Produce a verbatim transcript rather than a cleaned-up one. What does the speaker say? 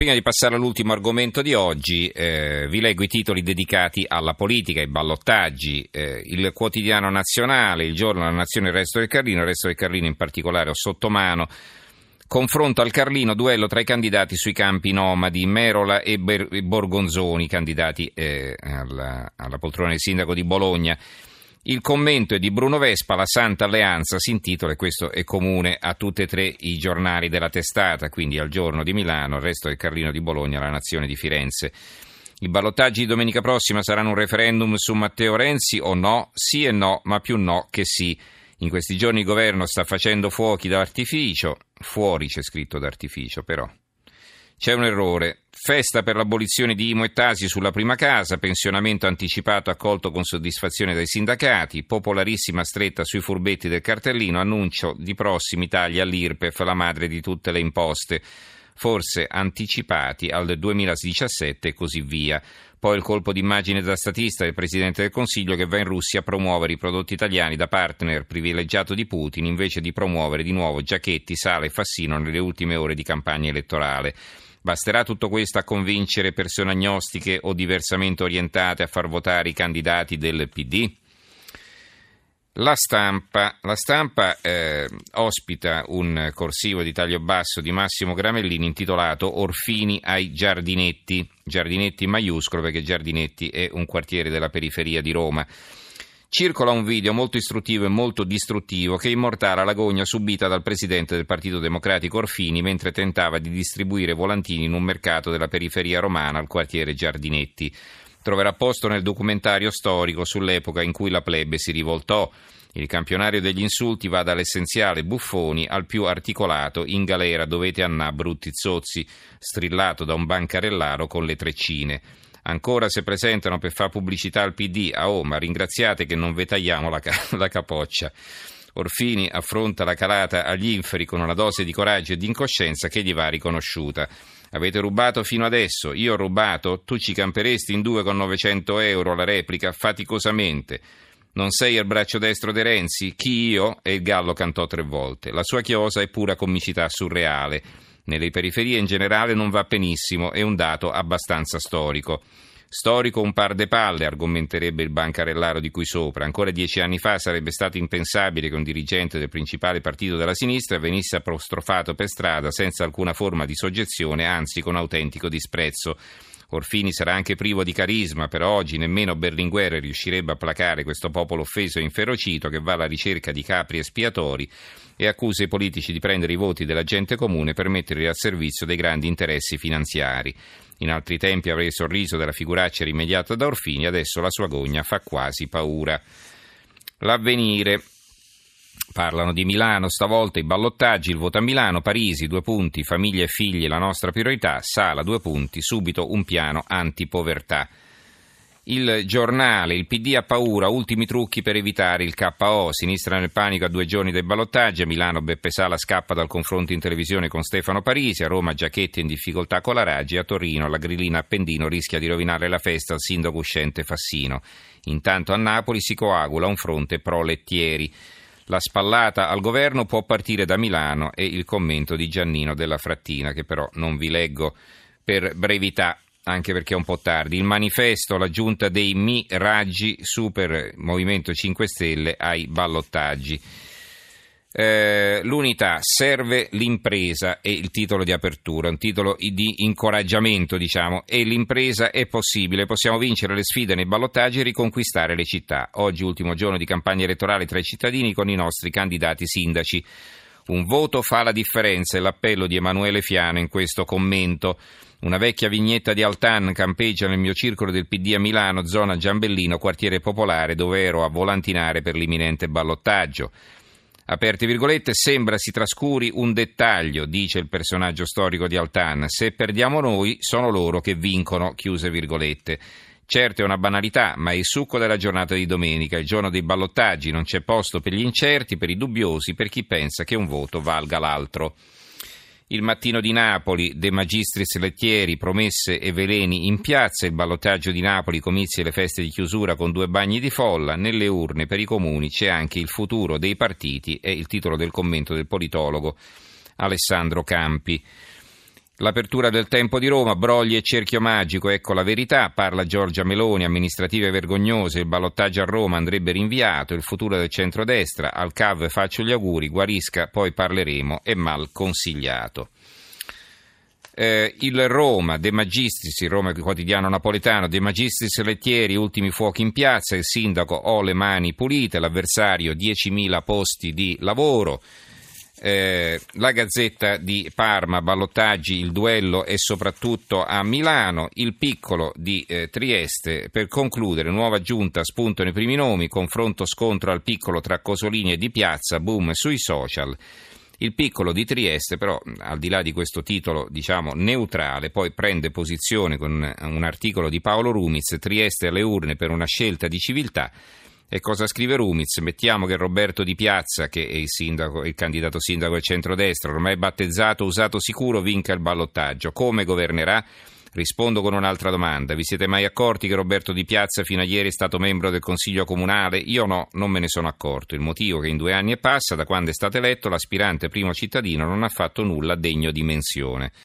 Prima di passare all'ultimo argomento di oggi, eh, vi leggo i titoli dedicati alla politica, ai ballottaggi. Eh, il Quotidiano Nazionale, Il Giorno, La Nazione, Il Resto del Carlino, Il Resto del Carlino in particolare ho sotto mano. Confronto al Carlino, duello tra i candidati sui campi nomadi, Merola e Ber- Borgonzoni, candidati eh, alla, alla poltrona del sindaco di Bologna. Il commento è di Bruno Vespa, La Santa Alleanza si intitola, e questo è comune a tutti e tre i giornali della testata, quindi al Giorno di Milano, Il Resto del Carlino di Bologna, La Nazione di Firenze. I ballottaggi di domenica prossima saranno un referendum su Matteo Renzi o no? Sì e no, ma più no che sì. In questi giorni il governo sta facendo fuochi d'artificio, fuori c'è scritto d'artificio però. C'è un errore. Festa per l'abolizione di I M U e Tasi sulla prima casa, pensionamento anticipato accolto con soddisfazione dai sindacati, popolarissima stretta sui furbetti del cartellino, annuncio di prossimi tagli all'I R P E F, la madre di tutte le imposte, forse anticipati al duemiladiciassette e così via. Poi il colpo d'immagine da statista del Presidente del Consiglio che va in Russia a promuovere i prodotti italiani da partner privilegiato di Putin invece di promuovere di nuovo Giachetti, Sala e Fassino nelle ultime ore di campagna elettorale. Basterà tutto questo a convincere persone agnostiche o diversamente orientate a far votare i candidati del P D? La Stampa, la stampa eh, ospita un corsivo di taglio basso di Massimo Gramellini intitolato Orfini ai Giardinetti, Giardinetti in maiuscolo perché Giardinetti è un quartiere della periferia di Roma. Circola un video molto istruttivo e molto distruttivo che immortala l'agonia subita dal presidente del Partito Democratico Orfini mentre tentava di distribuire volantini in un mercato della periferia romana al quartiere Giardinetti. Troverà posto nel documentario storico sull'epoca in cui la plebe si rivoltò. Il campionario degli insulti va dall'essenziale buffoni al più articolato in galera dovete annà brutti zozzi, strillato da un bancarellaro con le treccine. Ancora se presentano per fare pubblicità al P D, ah oh, ma ringraziate che non ve tagliamo la, ca- la capoccia. Orfini affronta la calata agli inferi con una dose di coraggio e di incoscienza che gli va riconosciuta. Avete rubato fino adesso, io ho rubato, tu ci camperesti in due con novecento euro la replica faticosamente. Non sei il braccio destro di Renzi? Chi io? E il gallo cantò tre volte. La sua chiosa è pura comicità surreale. Nelle periferie in generale non va benissimo, è un dato abbastanza storico. Storico un par de palle, argomenterebbe il bancarellaro di cui sopra. Ancora dieci anni fa sarebbe stato impensabile che un dirigente del principale partito della sinistra venisse apostrofato per strada senza alcuna forma di soggezione, anzi con autentico disprezzo. Orfini sarà anche privo di carisma, però oggi nemmeno Berlinguer riuscirebbe a placare questo popolo offeso e inferocito che va alla ricerca di capri espiatori e accusa i politici di prendere i voti della gente comune per metterli al servizio dei grandi interessi finanziari. In altri tempi avrei sorriso della figuraccia rimediata da Orfini, adesso la sua gogna fa quasi paura. L'Avvenire. Parlano di Milano, stavolta i ballottaggi, il voto a Milano, Parisi, due punti, famiglie e figli, la nostra priorità, Sala, due punti, subito un piano antipovertà. Il Giornale, il P D ha paura, ultimi trucchi per evitare il K O, sinistra nel panico a due giorni dai ballottaggi, a Milano Beppe Sala scappa dal confronto in televisione con Stefano Parisi, a Roma Giachetti in difficoltà con la Raggi, a Torino la grillina Appendino rischia di rovinare la festa al sindaco uscente Fassino. Intanto a Napoli si coagula un fronte pro-lettieri. La spallata al governo può partire da Milano e il commento di Giannino della Frattina, che però non vi leggo per brevità, anche perché è un po' tardi. Il manifesto, la giunta dei Mi Raggi, super Movimento cinque Stelle ai ballottaggi. Eh, l'unità, serve l'impresa è il titolo di apertura, un titolo di incoraggiamento diciamo, e l'impresa è possibile, possiamo vincere le sfide nei ballottaggi e riconquistare le città. Oggi ultimo giorno di campagna elettorale tra i cittadini con i nostri candidati sindaci. Un voto fa la differenza, è l'appello di Emanuele Fiano in questo commento. Una vecchia vignetta di Altan campeggia nel mio circolo del P D a Milano, zona Giambellino, quartiere popolare dove ero a volantinare per l'imminente ballottaggio. Aperte virgolette, sembra si trascuri un dettaglio, dice il personaggio storico di Altan. Se perdiamo noi, sono loro che vincono, chiuse virgolette. Certo è una banalità, ma è il succo della giornata di domenica, il giorno dei ballottaggi. Non c'è posto per gli incerti, per i dubbiosi, per chi pensa che un voto valga l'altro. Il Mattino di Napoli, De Magistris Lettieri, promesse e veleni in piazza, il ballottaggio di Napoli, comizi e le feste di chiusura con due bagni di folla, nelle urne per i comuni c'è anche il futuro dei partiti, è il titolo del commento del politologo Alessandro Campi. L'apertura del Tempo di Roma, brogli e cerchio magico, ecco la verità, parla Giorgia Meloni, amministrative vergognose, il ballottaggio a Roma andrebbe rinviato, il futuro del centrodestra, al C A V faccio gli auguri, guarisca, poi parleremo, è mal consigliato. Eh, il Roma, De Magistris, il Roma quotidiano napoletano, De Magistris Lettieri, ultimi fuochi in piazza, il sindaco ho le mani pulite, l'avversario diecimila posti di lavoro. Eh, la Gazzetta di Parma, ballottaggi, il duello e soprattutto a Milano, il Piccolo di eh, Trieste, per concludere, nuova giunta, spuntano i primi nomi, confronto scontro al Piccolo tra Cosolini e Di Piazza, boom sui social. Il Piccolo di Trieste però, al di là di questo titolo diciamo neutrale, poi prende posizione con un articolo di Paolo Rumiz, Trieste alle urne per una scelta di civiltà. E cosa scrive Rumiz? Mettiamo che Roberto Di Piazza, che è il, sindaco, il candidato sindaco del centrodestra, ormai battezzato, usato sicuro, vinca il ballottaggio. Come governerà? Rispondo con un'altra domanda. Vi siete mai accorti che Roberto Di Piazza fino a ieri è stato membro del Consiglio Comunale? Io no, non me ne sono accorto. Il motivo è che in due anni e passa, da quando è stato eletto, l'aspirante primo cittadino non ha fatto nulla degno di menzione.